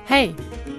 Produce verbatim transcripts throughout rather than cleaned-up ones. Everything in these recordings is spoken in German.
Hey,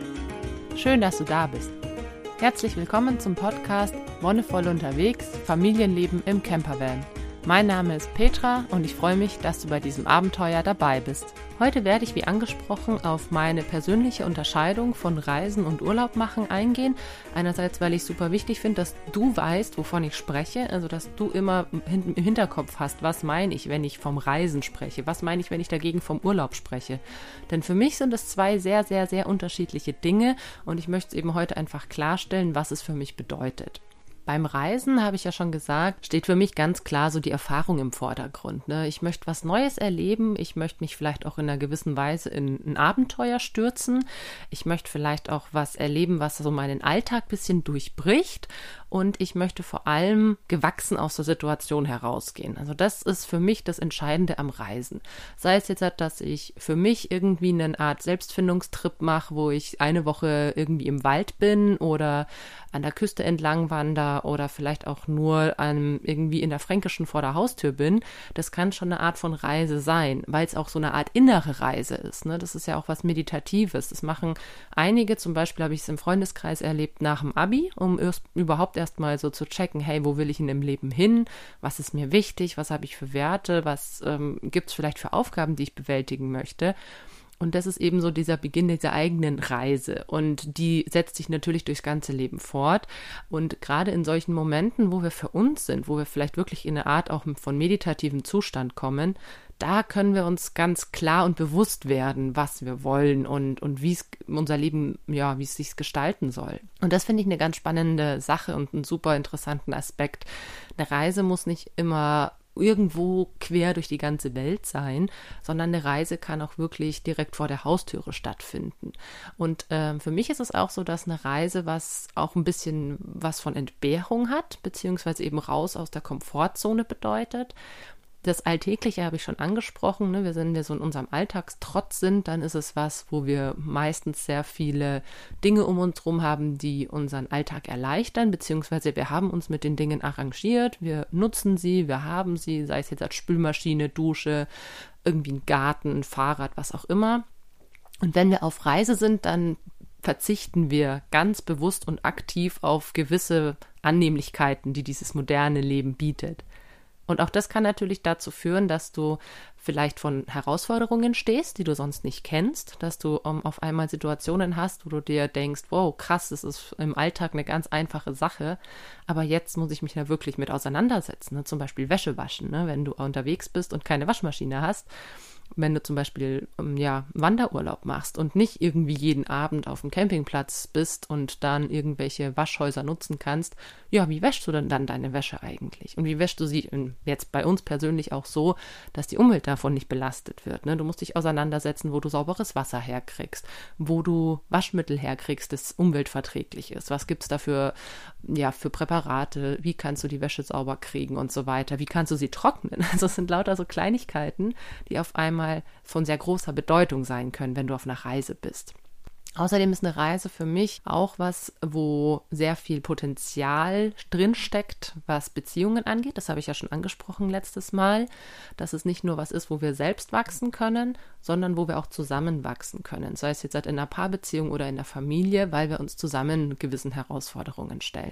schön, dass du da bist. Herzlich willkommen zum Podcast Wonnevoll unterwegs, Familienleben im Campervan. Mein Name ist Petra und ich freue mich, dass du bei diesem Abenteuer dabei bist. Heute werde ich wie angesprochen auf meine persönliche Unterscheidung von Reisen und Urlaub machen eingehen. Einerseits, weil ich super wichtig finde, dass du weißt, wovon ich spreche, also dass du immer im Hinterkopf hast, was meine ich, wenn ich vom Reisen spreche, was meine ich, wenn ich dagegen vom Urlaub spreche. Denn für mich sind es zwei sehr, sehr, sehr unterschiedliche Dinge und ich möchte eben heute einfach klarstellen, was es für mich bedeutet. Beim Reisen, habe ich ja schon gesagt, steht für mich ganz klar so die Erfahrung im Vordergrund. Ne? Ich möchte was Neues erleben, ich möchte mich vielleicht auch in einer gewissen Weise in ein Abenteuer stürzen, ich möchte vielleicht auch was erleben, was so meinen Alltag ein bisschen durchbricht und ich möchte vor allem gewachsen aus der Situation herausgehen. Also das ist für mich das Entscheidende am Reisen. Sei es jetzt, dass ich für mich irgendwie eine Art Selbstfindungstrip mache, wo ich eine Woche irgendwie im Wald bin oder an der Küste entlang wandere oder vielleicht auch nur ähm, irgendwie in der Fränkischen vor der Haustür bin, das kann schon eine Art von Reise sein, weil es auch so eine Art innere Reise ist. Ne? Das ist ja auch was Meditatives. Das machen einige, zum Beispiel habe ich es im Freundeskreis erlebt, nach dem Abi, um erst, überhaupt erst mal so zu checken, hey, wo will ich in dem Leben hin? Was ist mir wichtig? Was habe ich für Werte? Was ähm, gibt es vielleicht für Aufgaben, die ich bewältigen möchte? Und das ist eben so dieser Beginn dieser eigenen Reise und die setzt sich natürlich durchs ganze Leben fort und gerade in solchen Momenten, wo wir für uns sind, wo wir vielleicht wirklich in eine Art auch von meditativem Zustand kommen, da können wir uns ganz klar und bewusst werden, was wir wollen und, und wie es unser Leben, ja, wie es sich gestalten soll. Und das finde ich eine ganz spannende Sache und einen super interessanten Aspekt. Eine Reise muss nicht immer irgendwo quer durch die ganze Welt sein, sondern eine Reise kann auch wirklich direkt vor der Haustüre stattfinden. Und ähm, für mich ist es auch so, dass eine Reise was auch ein bisschen was von Entbehrung hat, beziehungsweise eben raus aus der Komfortzone bedeutet. Das Alltägliche habe ich schon angesprochen, ne? Wir sind, wir so in unserem Alltagstrotz sind, dann ist es was, wo wir meistens sehr viele Dinge um uns herum haben, die unseren Alltag erleichtern, beziehungsweise wir haben uns mit den Dingen arrangiert, wir nutzen sie, wir haben sie, sei es jetzt als Spülmaschine, Dusche, irgendwie ein Garten, ein Fahrrad, was auch immer. Und wenn wir auf Reise sind, dann verzichten wir ganz bewusst und aktiv auf gewisse Annehmlichkeiten, die dieses moderne Leben bietet. Und auch das kann natürlich dazu führen, dass du vielleicht von Herausforderungen stehst, die du sonst nicht kennst, dass du um, auf einmal Situationen hast, wo du dir denkst, wow, krass, das ist im Alltag eine ganz einfache Sache, aber jetzt muss ich mich da wirklich mit auseinandersetzen, ne? Zum Beispiel Wäsche waschen, ne? Wenn du unterwegs bist und keine Waschmaschine hast, wenn du zum Beispiel ja, Wanderurlaub machst und nicht irgendwie jeden Abend auf dem Campingplatz bist und dann irgendwelche Waschhäuser nutzen kannst, ja, wie wäschst du denn dann deine Wäsche eigentlich? Und wie wäschst du sie jetzt bei uns persönlich auch so, dass die Umwelt davon nicht belastet wird? Ne? Du musst dich auseinandersetzen, wo du sauberes Wasser herkriegst, wo du Waschmittel herkriegst, das umweltverträglich ist. Was gibt es dafür ja, für Präparate? Wie kannst du die Wäsche sauber kriegen und so weiter? Wie kannst du sie trocknen? Also es sind lauter so Kleinigkeiten, die auf einmal von sehr großer Bedeutung sein können, wenn du auf einer Reise bist. Außerdem ist eine Reise für mich auch was, wo sehr viel Potenzial drinsteckt, was Beziehungen angeht. Das habe ich ja schon angesprochen letztes Mal, dass es nicht nur was ist, wo wir selbst wachsen können, sondern wo wir auch zusammen wachsen können. Sei es jetzt in einer Paarbeziehung oder in der Familie, weil wir uns zusammen gewissen Herausforderungen stellen.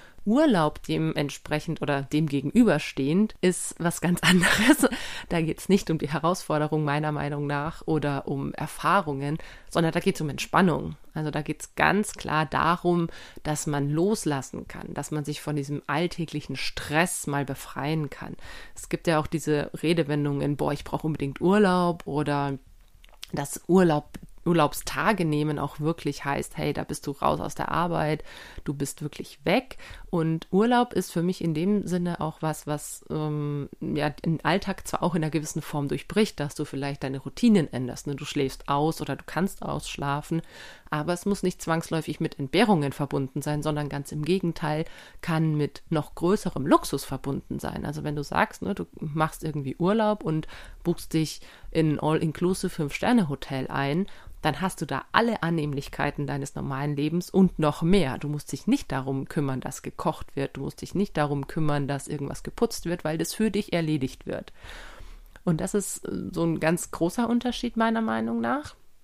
Urlaub dementsprechend oder dem gegenüberstehend ist was ganz anderes. Da geht es nicht um die Herausforderung meiner Meinung nach oder um Erfahrungen, sondern da geht es um Entspannung. Also da geht es ganz klar darum, dass man loslassen kann, dass man sich von diesem alltäglichen Stress mal befreien kann. Es gibt ja auch diese Redewendungen, boah, ich brauche unbedingt Urlaub oder dass Urlaub Urlaubstage nehmen auch wirklich heißt, hey, da bist du raus aus der Arbeit, du bist wirklich weg. Und Urlaub ist für mich in dem Sinne auch was, was ähm, ja, den Alltag zwar auch in einer gewissen Form durchbricht, dass du vielleicht deine Routinen änderst. Ne? Du schläfst aus oder du kannst ausschlafen, aber es muss nicht zwangsläufig mit Entbehrungen verbunden sein, sondern ganz im Gegenteil, kann mit noch größerem Luxus verbunden sein. Also wenn du sagst, ne, du machst irgendwie Urlaub und buchst dich in ein All-Inclusive Fünf-Sterne-Hotel ein, dann hast du da alle Annehmlichkeiten deines normalen Lebens und noch mehr. Du musst dich nicht darum kümmern, dass gekocht wird. Du musst dich nicht darum kümmern, dass irgendwas geputzt wird, weil das für dich erledigt wird. Und das ist so ein ganz großer Unterschied meiner Meinung nach.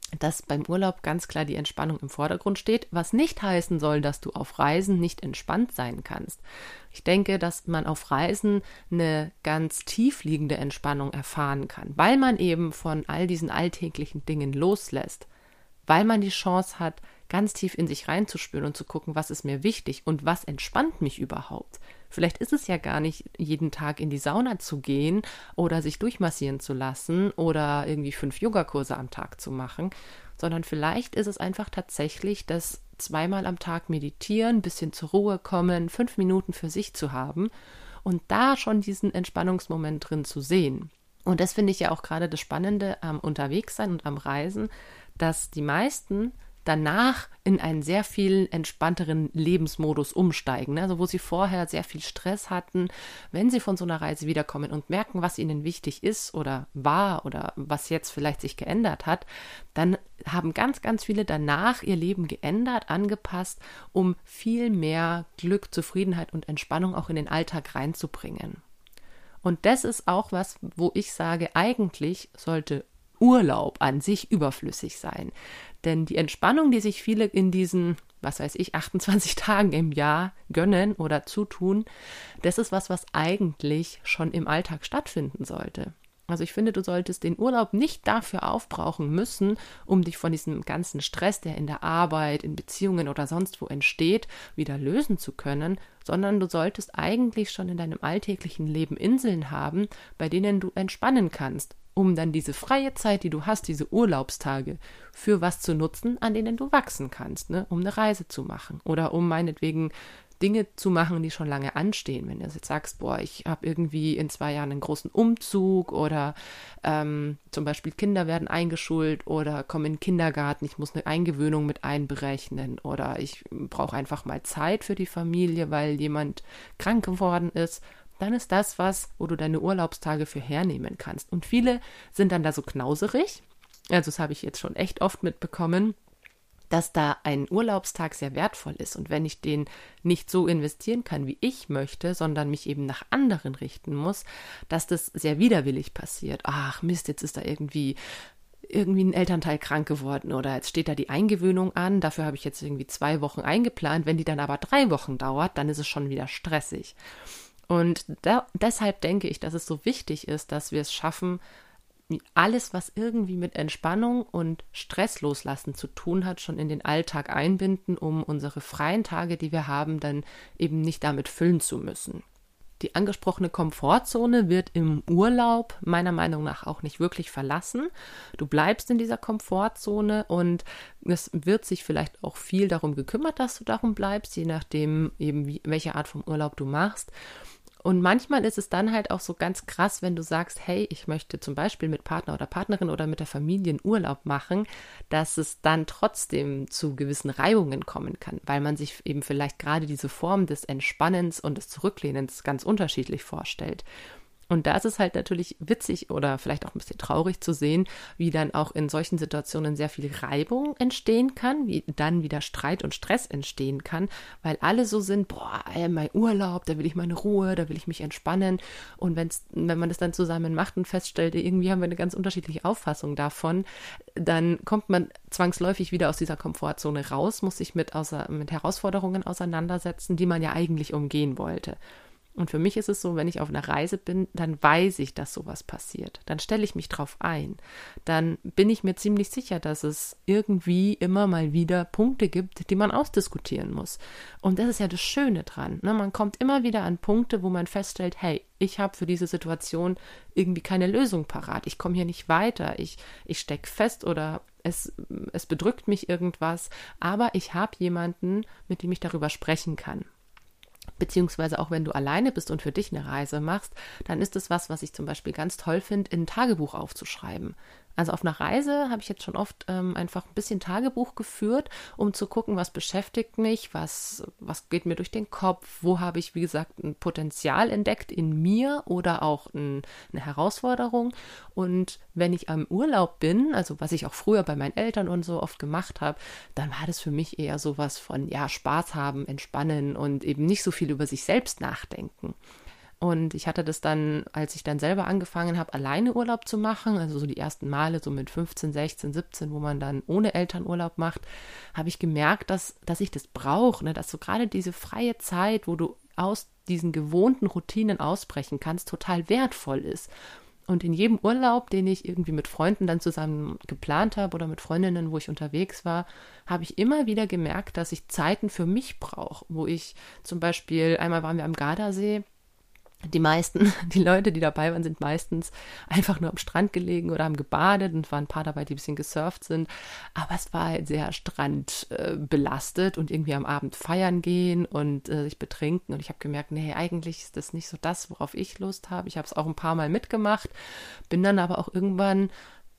dass beim Urlaub ganz klar die Entspannung im Vordergrund steht, was nicht heißen soll, dass du auf Reisen nicht entspannt sein kannst. Ich denke, dass man auf Reisen eine ganz tiefliegende Entspannung erfahren kann, weil man eben von all diesen alltäglichen Dingen loslässt, weil man die Chance hat, ganz tief in sich reinzuspüren und zu gucken, was ist mir wichtig und was entspannt mich überhaupt. Vielleicht ist es ja gar nicht, jeden Tag in die Sauna zu gehen oder sich durchmassieren zu lassen oder irgendwie fünf Yogakurse am Tag zu machen, sondern vielleicht ist es einfach tatsächlich das zweimal am Tag meditieren, ein bisschen zur Ruhe kommen, fünf Minuten für sich zu haben und da schon diesen Entspannungsmoment drin zu sehen. Und das finde ich ja auch gerade das Spannende am Unterwegssein und am Reisen, dass die meisten danach in einen sehr viel entspannteren Lebensmodus umsteigen. Also wo sie vorher sehr viel Stress hatten, wenn sie von so einer Reise wiederkommen und merken, was ihnen wichtig ist oder war oder was jetzt vielleicht sich geändert hat, dann haben ganz, ganz viele danach ihr Leben geändert, angepasst, um viel mehr Glück, Zufriedenheit und Entspannung auch in den Alltag reinzubringen. Und das ist auch was, wo ich sage, eigentlich sollte Urlaub an sich überflüssig sein. Denn die Entspannung, die sich viele in diesen, was weiß ich, achtundzwanzig Tagen im Jahr gönnen oder zutun, das ist was, was eigentlich schon im Alltag stattfinden sollte. Also ich finde, du solltest den Urlaub nicht dafür aufbrauchen müssen, um dich von diesem ganzen Stress, der in der Arbeit, in Beziehungen oder sonst wo entsteht, wieder lösen zu können, sondern du solltest eigentlich schon in deinem alltäglichen Leben Inseln haben, bei denen du entspannen kannst, um dann diese freie Zeit, die du hast, diese Urlaubstage, für was zu nutzen, an denen du wachsen kannst, ne? Um eine Reise zu machen oder um meinetwegen Dinge zu machen, die schon lange anstehen. Wenn du jetzt sagst, boah, ich habe irgendwie in zwei Jahren einen großen Umzug oder ähm, zum Beispiel Kinder werden eingeschult oder kommen in den Kindergarten, ich muss eine Eingewöhnung mit einberechnen oder ich brauche einfach mal Zeit für die Familie, weil jemand krank geworden ist, dann ist das was, wo du deine Urlaubstage für hernehmen kannst. Und viele sind dann da so knauserig, also das habe ich jetzt schon echt oft mitbekommen, dass da ein Urlaubstag sehr wertvoll ist. Und wenn ich den nicht so investieren kann, wie ich möchte, sondern mich eben nach anderen richten muss, dass das sehr widerwillig passiert. Ach Mist, jetzt ist da irgendwie irgendwie ein Elternteil krank geworden oder jetzt steht da die Eingewöhnung an, dafür habe ich jetzt irgendwie zwei Wochen eingeplant. Wenn die dann aber drei Wochen dauert, dann ist es schon wieder stressig. Und da, deshalb denke ich, dass es so wichtig ist, dass wir es schaffen, alles, was irgendwie mit Entspannung und Stress loslassen zu tun hat, schon in den Alltag einbinden, um unsere freien Tage, die wir haben, dann eben nicht damit füllen zu müssen. Die angesprochene Komfortzone wird im Urlaub meiner Meinung nach auch nicht wirklich verlassen. Du bleibst in dieser Komfortzone und es wird sich vielleicht auch viel darum gekümmert, dass du darum bleibst, je nachdem eben wie, welche Art von Urlaub du machst. Und manchmal ist es dann halt auch so ganz krass, wenn du sagst, hey, ich möchte zum Beispiel mit Partner oder Partnerin oder mit der Familie einen Urlaub machen, dass es dann trotzdem zu gewissen Reibungen kommen kann, weil man sich eben vielleicht gerade diese Form des Entspannens und des Zurücklehnens ganz unterschiedlich vorstellt. Und da ist es halt natürlich witzig oder vielleicht auch ein bisschen traurig zu sehen, wie dann auch in solchen Situationen sehr viel Reibung entstehen kann, wie dann wieder Streit und Stress entstehen kann, weil alle so sind, boah, ey, mein Urlaub, da will ich meine Ruhe, da will ich mich entspannen. Und wenn's, wenn man das dann zusammen macht und feststellt, irgendwie haben wir eine ganz unterschiedliche Auffassung davon, dann kommt man zwangsläufig wieder aus dieser Komfortzone raus, muss sich mit, außer, mit Herausforderungen auseinandersetzen, die man ja eigentlich umgehen wollte. Und für mich ist es so, wenn ich auf einer Reise bin, dann weiß ich, dass sowas passiert. Dann stelle ich mich drauf ein. Dann bin ich mir ziemlich sicher, dass es irgendwie immer mal wieder Punkte gibt, die man ausdiskutieren muss. Und das ist ja das Schöne dran. Ne? Man kommt immer wieder an Punkte, wo man feststellt, hey, ich habe für diese Situation irgendwie keine Lösung parat. Ich komme hier nicht weiter. Ich, ich stecke fest oder es, es bedrückt mich irgendwas. Aber ich habe jemanden, mit dem ich darüber sprechen kann. Beziehungsweise auch wenn du alleine bist und für dich eine Reise machst, dann ist es was, was ich zum Beispiel ganz toll finde, in ein Tagebuch aufzuschreiben. Also auf einer Reise habe ich jetzt schon oft ähm, einfach ein bisschen Tagebuch geführt, um zu gucken, was beschäftigt mich, was, was geht mir durch den Kopf, wo habe ich, wie gesagt, ein Potenzial entdeckt in mir oder auch ein, eine Herausforderung. Und wenn ich am Urlaub bin, also was ich auch früher bei meinen Eltern und so oft gemacht habe, dann war das für mich eher sowas von, ja, Spaß haben, entspannen und eben nicht so viel über sich selbst nachdenken. Und ich hatte das dann, als ich dann selber angefangen habe, alleine Urlaub zu machen, also so die ersten Male so mit fünfzehn, sechzehn, siebzehn, wo man dann ohne Eltern Urlaub macht, habe ich gemerkt, dass, dass ich das brauche, ne? Dass so gerade diese freie Zeit, wo du aus diesen gewohnten Routinen ausbrechen kannst, total wertvoll ist. Und in jedem Urlaub, den ich irgendwie mit Freunden dann zusammen geplant habe oder mit Freundinnen, wo ich unterwegs war, habe ich immer wieder gemerkt, dass ich Zeiten für mich brauche, wo ich zum Beispiel, einmal waren wir am Gardasee. Die meisten, die Leute, die dabei waren, sind meistens einfach nur am Strand gelegen oder haben gebadet und waren ein paar dabei, die ein bisschen gesurft sind. Aber es war halt sehr strandbelastet äh, und irgendwie am Abend feiern gehen und äh, sich betrinken. Und ich habe gemerkt, nee, eigentlich ist das nicht so das, worauf ich Lust habe. Ich habe es auch ein paar Mal mitgemacht, bin dann aber auch irgendwann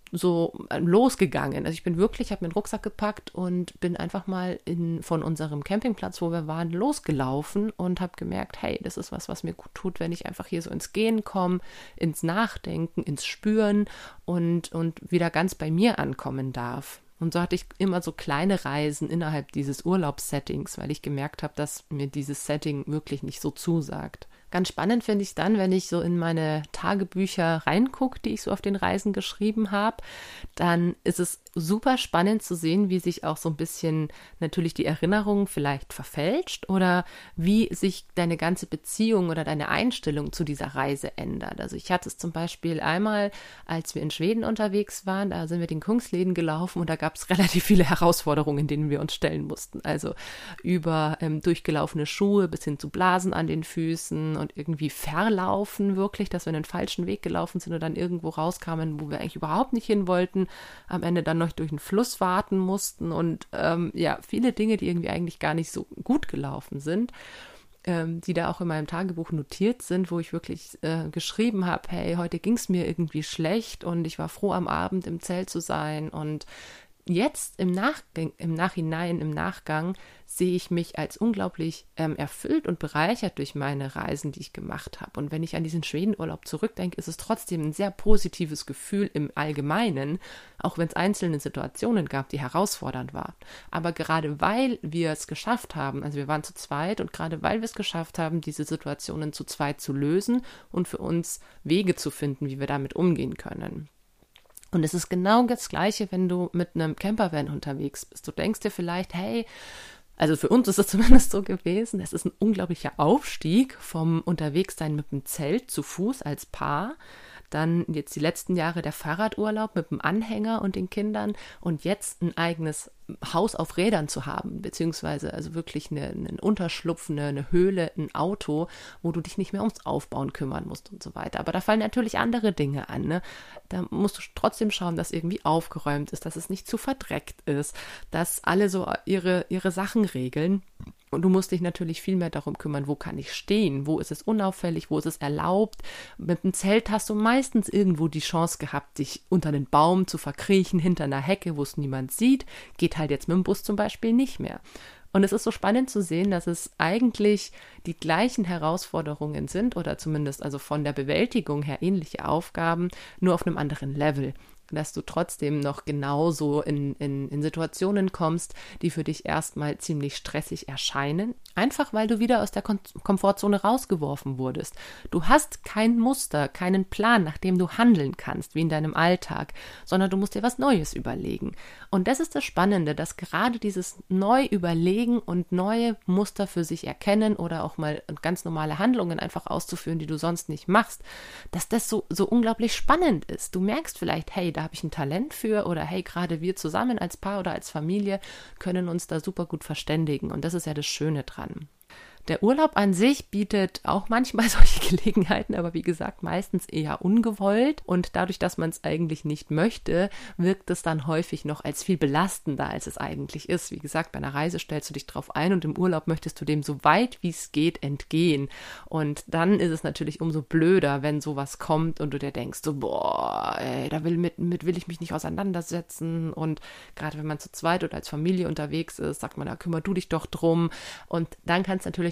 so losgegangen. Also ich bin wirklich, habe mir einen Rucksack gepackt und bin einfach mal in, von unserem Campingplatz, wo wir waren, losgelaufen und habe gemerkt, hey, das ist was, was mir gut tut, wenn ich einfach hier so ins Gehen komme, ins Nachdenken, ins Spüren und, und wieder ganz bei mir ankommen darf. Und so hatte ich immer so kleine Reisen innerhalb dieses Urlaubssettings, weil ich gemerkt habe, dass mir dieses Setting wirklich nicht so zusagt. Ganz spannend finde ich es dann, wenn ich so in meine Tagebücher reingucke, die ich so auf den Reisen geschrieben habe, dann ist es super spannend zu sehen, wie sich auch so ein bisschen natürlich die Erinnerung vielleicht verfälscht oder wie sich deine ganze Beziehung oder deine Einstellung zu dieser Reise ändert. Also ich hatte es zum Beispiel einmal, als wir in Schweden unterwegs waren, da sind wir den Kungsläden gelaufen und da gab es relativ viele Herausforderungen, denen wir uns stellen mussten. Also über ähm, durchgelaufene Schuhe bis hin zu Blasen an den Füßen und irgendwie verlaufen wirklich, dass wir einen falschen Weg gelaufen sind und dann irgendwo rauskamen, wo wir eigentlich überhaupt nicht hin wollten, am Ende dann noch durch den Fluss warten mussten und ähm, ja, viele Dinge, die irgendwie eigentlich gar nicht so gut gelaufen sind, ähm, die da auch in meinem Tagebuch notiert sind, wo ich wirklich äh, geschrieben habe, hey, heute ging es mir irgendwie schlecht und ich war froh, am Abend im Zelt zu sein und jetzt im, Nachgang, im Nachhinein, im Nachgang sehe ich mich als unglaublich ähm, erfüllt und bereichert durch meine Reisen, die ich gemacht habe. Und wenn ich an diesen Schwedenurlaub zurückdenke, ist es trotzdem ein sehr positives Gefühl im Allgemeinen, auch wenn es einzelne Situationen gab, die herausfordernd waren. Aber gerade weil wir es geschafft haben, also wir waren zu zweit und gerade weil wir es geschafft haben, diese Situationen zu zweit zu lösen und für uns Wege zu finden, wie wir damit umgehen können. Und es ist genau das Gleiche, wenn du mit einem Campervan unterwegs bist. Du denkst dir vielleicht, hey, also für uns ist es zumindest so gewesen, es ist ein unglaublicher Aufstieg vom Unterwegssein mit dem Zelt zu Fuß als Paar, dann jetzt die letzten Jahre der Fahrradurlaub mit dem Anhänger und den Kindern und jetzt ein eigenes Haus auf Rädern zu haben, beziehungsweise also wirklich eine, einen Unterschlupf, eine, eine Höhle, ein Auto, wo du dich nicht mehr ums Aufbauen kümmern musst und so weiter. Aber da fallen natürlich andere Dinge an, ne? Da musst du trotzdem schauen, dass irgendwie aufgeräumt ist, dass es nicht zu verdreckt ist, dass alle so ihre, ihre Sachen regeln. Und du musst dich natürlich viel mehr darum kümmern, wo kann ich stehen, wo ist es unauffällig, wo ist es erlaubt. Mit dem Zelt hast du meistens irgendwo die Chance gehabt, dich unter den Baum zu verkriechen, hinter einer Hecke, wo es niemand sieht. Geht halt jetzt mit dem Bus zum Beispiel nicht mehr. Und es ist so spannend zu sehen, dass es eigentlich die gleichen Herausforderungen sind oder zumindest also von der Bewältigung her ähnliche Aufgaben, nur auf einem anderen Level. Dass du trotzdem noch genauso in, in, in Situationen kommst, die für dich erstmal ziemlich stressig erscheinen, einfach weil du wieder aus der Kom- Komfortzone rausgeworfen wurdest. Du hast kein Muster, keinen Plan, nach dem du handeln kannst, wie in deinem Alltag, sondern du musst dir was Neues überlegen. Und das ist das Spannende, dass gerade dieses Neu-Überlegen und neue Muster für sich erkennen oder auch mal ganz normale Handlungen einfach auszuführen, die du sonst nicht machst, dass das so, so unglaublich spannend ist. Du merkst vielleicht, hey, da habe ich ein Talent für oder hey, gerade wir zusammen als Paar oder als Familie können uns da super gut verständigen und das ist ja das Schöne dran. Der Urlaub an sich bietet auch manchmal solche Gelegenheiten, aber wie gesagt, meistens eher ungewollt und dadurch, dass man es eigentlich nicht möchte, wirkt es dann häufig noch als viel belastender, als es eigentlich ist. Wie gesagt, bei einer Reise stellst du dich drauf ein und im Urlaub möchtest du dem so weit wie es geht entgehen und dann ist es natürlich umso blöder, wenn sowas kommt und du dir denkst, so boah, ey, da will mit, mit will ich mich nicht auseinandersetzen und gerade wenn man zu zweit oder als Familie unterwegs ist, sagt man, da kümmer du dich doch drum und dann kann es natürlich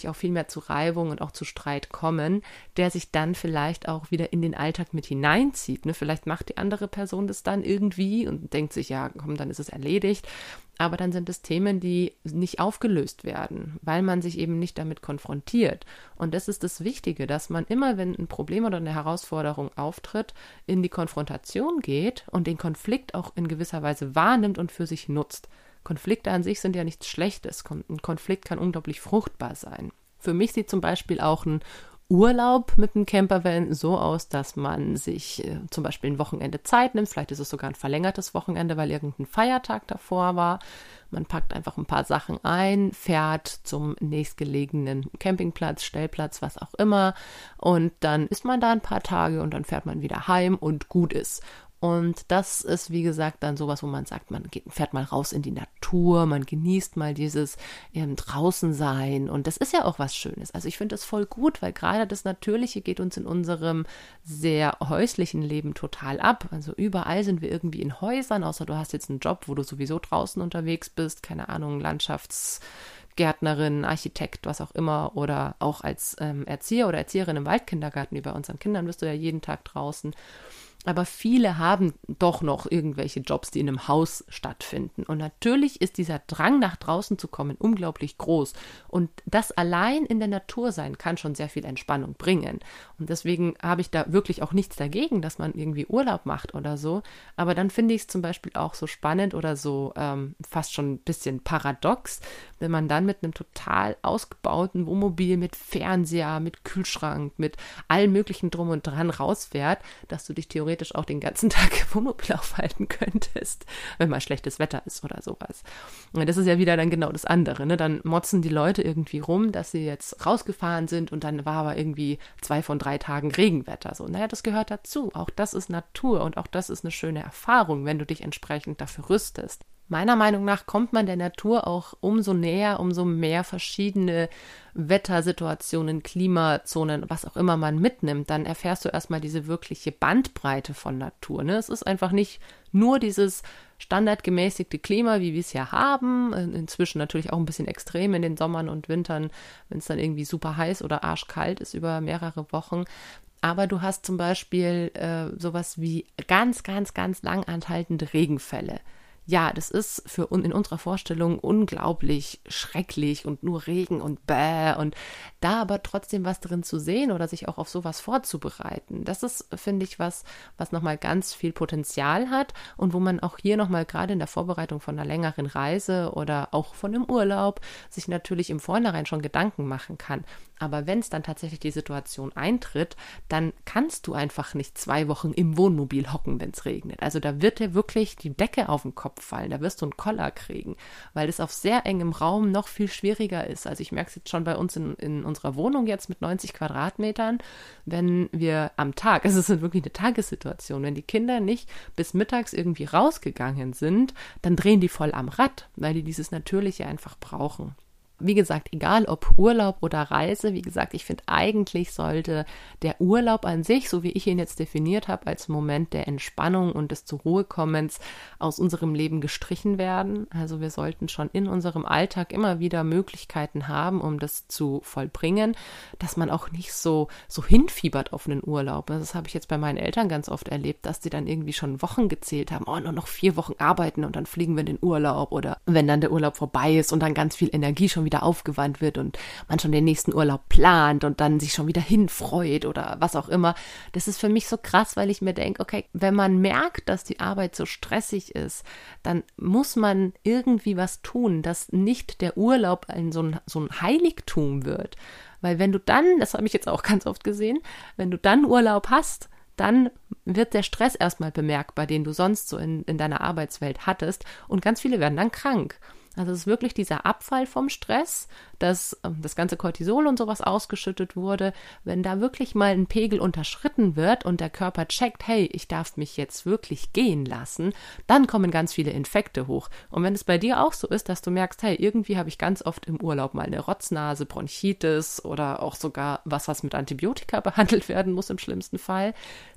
natürlich auch viel mehr zu Reibung und auch zu Streit kommen, der sich dann vielleicht auch wieder in den Alltag mit hineinzieht. Ne? Vielleicht macht die andere Person das dann irgendwie und denkt sich, ja, komm, dann ist es erledigt. Aber dann sind es Themen, die nicht aufgelöst werden, weil man sich eben nicht damit konfrontiert. Und das ist das Wichtige, dass man immer, wenn ein Problem oder eine Herausforderung auftritt, in die Konfrontation geht und den Konflikt auch in gewisser Weise wahrnimmt und für sich nutzt. Konflikte an sich sind ja nichts Schlechtes. Ein Konflikt kann unglaublich fruchtbar sein. Für mich sieht zum Beispiel auch ein Urlaub mit einem Campervan so aus, dass man sich äh, zum Beispiel ein Wochenende Zeit nimmt. Vielleicht ist es sogar ein verlängertes Wochenende, weil irgendein Feiertag davor war. Man packt einfach ein paar Sachen ein, fährt zum nächstgelegenen Campingplatz, Stellplatz, was auch immer. Und dann ist man da ein paar Tage und dann fährt man wieder heim und gut ist. Und das ist, wie gesagt, dann sowas, wo man sagt, man geht, fährt mal raus in die Natur, man genießt mal dieses ähm, Draußensein. Und das ist ja auch was Schönes. Also ich finde das voll gut, weil gerade das Natürliche geht uns in unserem sehr häuslichen Leben total ab. Also überall sind wir irgendwie in Häusern, außer du hast jetzt einen Job, wo du sowieso draußen unterwegs bist, keine Ahnung, Landschafts- Gärtnerin, Architekt, was auch immer, oder auch als ähm, Erzieher oder Erzieherin im Waldkindergarten, wie bei unseren Kindern, bist du ja jeden Tag draußen. Aber viele haben doch noch irgendwelche Jobs, die in einem Haus stattfinden. Und natürlich ist dieser Drang, nach draußen zu kommen, unglaublich groß. Und das allein in der Natur sein kann schon sehr viel Entspannung bringen. Und deswegen habe ich da wirklich auch nichts dagegen, dass man irgendwie Urlaub macht oder so. Aber dann finde ich es zum Beispiel auch so spannend oder so ähm, fast schon ein bisschen paradox, wenn man dann mit einem total ausgebauten Wohnmobil mit Fernseher, mit Kühlschrank, mit allem möglichen Drum und Dran rausfährt, dass du dich theoretisch auch den ganzen Tag im Wohnmobil aufhalten könntest, wenn mal schlechtes Wetter ist oder sowas. Und das ist ja wieder dann genau das andere, ne? Dann motzen die Leute irgendwie rum, dass sie jetzt rausgefahren sind und dann war aber irgendwie zwei von drei Tagen Regenwetter. So, naja, das gehört dazu. Auch das ist Natur und auch das ist eine schöne Erfahrung, wenn du dich entsprechend dafür rüstest. Meiner Meinung nach kommt man der Natur auch umso näher, umso mehr verschiedene Wettersituationen, Klimazonen, was auch immer man mitnimmt. Dann erfährst du erstmal diese wirkliche Bandbreite von Natur. Ne? Es ist einfach nicht nur dieses standardgemäßigte Klima, wie wir es ja haben. Inzwischen natürlich auch ein bisschen extrem in den Sommern und Wintern, wenn es dann irgendwie super heiß oder arschkalt ist über mehrere Wochen. Aber du hast zum Beispiel äh, sowas wie ganz, ganz, ganz lang anhaltende Regenfälle. Ja, das ist für in unserer Vorstellung unglaublich schrecklich und nur Regen und bäh und da aber trotzdem was drin zu sehen oder sich auch auf sowas vorzubereiten, das ist, finde ich, was, was nochmal ganz viel Potenzial hat und wo man auch hier nochmal gerade in der Vorbereitung von einer längeren Reise oder auch von einem Urlaub sich natürlich im Vornherein schon Gedanken machen kann. Aber wenn es dann tatsächlich die Situation eintritt, dann kannst du einfach nicht zwei Wochen im Wohnmobil hocken, wenn es regnet. Also da wird dir wirklich die Decke auf den Kopf fallen, da wirst du einen Koller kriegen, weil es auf sehr engem Raum noch viel schwieriger ist. Also ich merke es jetzt schon bei uns in, in unserer Wohnung jetzt mit neunzig Quadratmetern, wenn wir am Tag, also es ist wirklich eine Tagessituation, wenn die Kinder nicht bis mittags irgendwie rausgegangen sind, dann drehen die voll am Rad, weil die dieses Natürliche einfach brauchen. Wie gesagt, egal ob Urlaub oder Reise, wie gesagt, ich finde, eigentlich sollte der Urlaub an sich, so wie ich ihn jetzt definiert habe, als Moment der Entspannung und des Zur-Ruhe-Kommens aus unserem Leben gestrichen werden. Also wir sollten schon in unserem Alltag immer wieder Möglichkeiten haben, um das zu vollbringen, dass man auch nicht so, so hinfiebert auf einen Urlaub. Das habe ich jetzt bei meinen Eltern ganz oft erlebt, dass die dann irgendwie schon Wochen gezählt haben, oh, nur noch vier Wochen arbeiten und dann fliegen wir in den Urlaub oder wenn dann der Urlaub vorbei ist und dann ganz viel Energie schon wieder aufgewandt wird und man schon den nächsten Urlaub plant und dann sich schon wieder hinfreut oder was auch immer. Das ist für mich so krass, weil ich mir denke, okay, wenn man merkt, dass die Arbeit so stressig ist, dann muss man irgendwie was tun, dass nicht der Urlaub ein so ein, so ein Heiligtum wird. Weil wenn du dann, das habe ich jetzt auch ganz oft gesehen, wenn du dann Urlaub hast, dann wird der Stress erstmal bemerkbar, den du sonst so in, in deiner Arbeitswelt hattest und ganz viele werden dann krank. Also es ist wirklich dieser Abfall vom Stress, dass das ganze Cortisol und sowas ausgeschüttet wurde. Wenn da wirklich mal ein Pegel unterschritten wird und der Körper checkt, hey, ich darf mich jetzt wirklich gehen lassen, dann kommen ganz viele Infekte hoch. Und wenn es bei dir auch so ist, dass du merkst, hey, irgendwie habe ich ganz oft im Urlaub mal eine Rotznase, Bronchitis oder auch sogar was, was mit Antibiotika behandelt werden muss im schlimmsten Fall,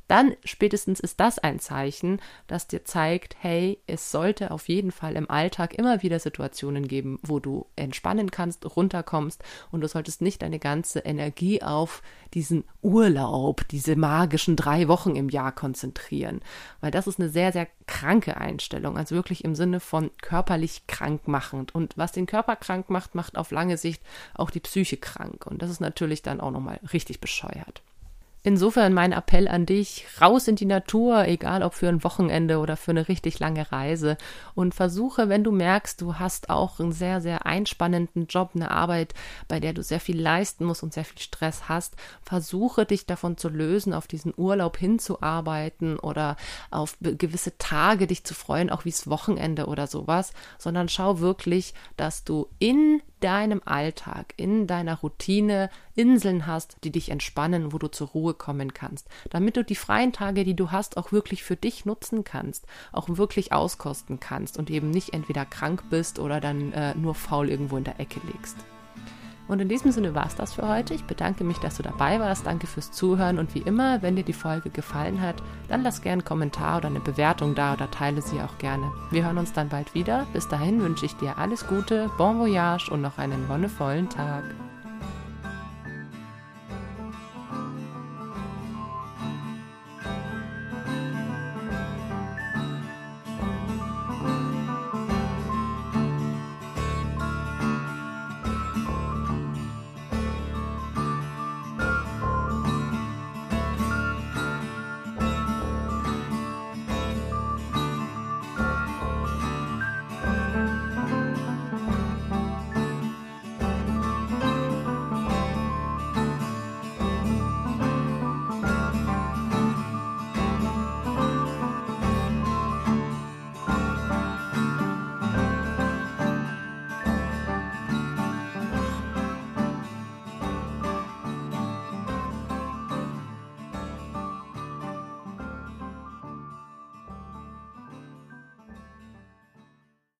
dann spätestens ist das ein Zeichen, das dir zeigt, hey, es sollte auf jeden Fall im Alltag immer wieder Situationen geben, wo du entspannen kannst, runterkommst und du solltest nicht deine ganze Energie auf diesen Urlaub, diese magischen drei Wochen im Jahr konzentrieren, weil das ist eine sehr, sehr kranke Einstellung, also wirklich im Sinne von körperlich krank machend. Und was den Körper krank macht, macht auf lange Sicht auch die Psyche krank und das ist natürlich dann auch nochmal richtig bescheuert. Insofern mein Appell an dich, raus in die Natur, egal ob für ein Wochenende oder für eine richtig lange Reise und versuche, wenn du merkst, du hast auch einen sehr, sehr einspannenden Job, eine Arbeit, bei der du sehr viel leisten musst und sehr viel Stress hast, versuche dich davon zu lösen, auf diesen Urlaub hinzuarbeiten oder auf gewisse Tage dich zu freuen, auch wie das Wochenende oder sowas, sondern schau wirklich, dass du in deinem Alltag, in deiner Routine Inseln hast, die dich entspannen, wo du zur Ruhe kommen kannst, damit du die freien Tage, die du hast, auch wirklich für dich nutzen kannst, auch wirklich auskosten kannst und eben nicht entweder krank bist oder dann äh, nur faul irgendwo in der Ecke liegst. Und in diesem Sinne war es das für heute. Ich bedanke mich, dass du dabei warst. Danke fürs Zuhören und wie immer, wenn dir die Folge gefallen hat, dann lass gerne einen Kommentar oder eine Bewertung da oder teile sie auch gerne. Wir hören uns dann bald wieder. Bis dahin wünsche ich dir alles Gute, bon voyage und noch einen wonnevollen Tag.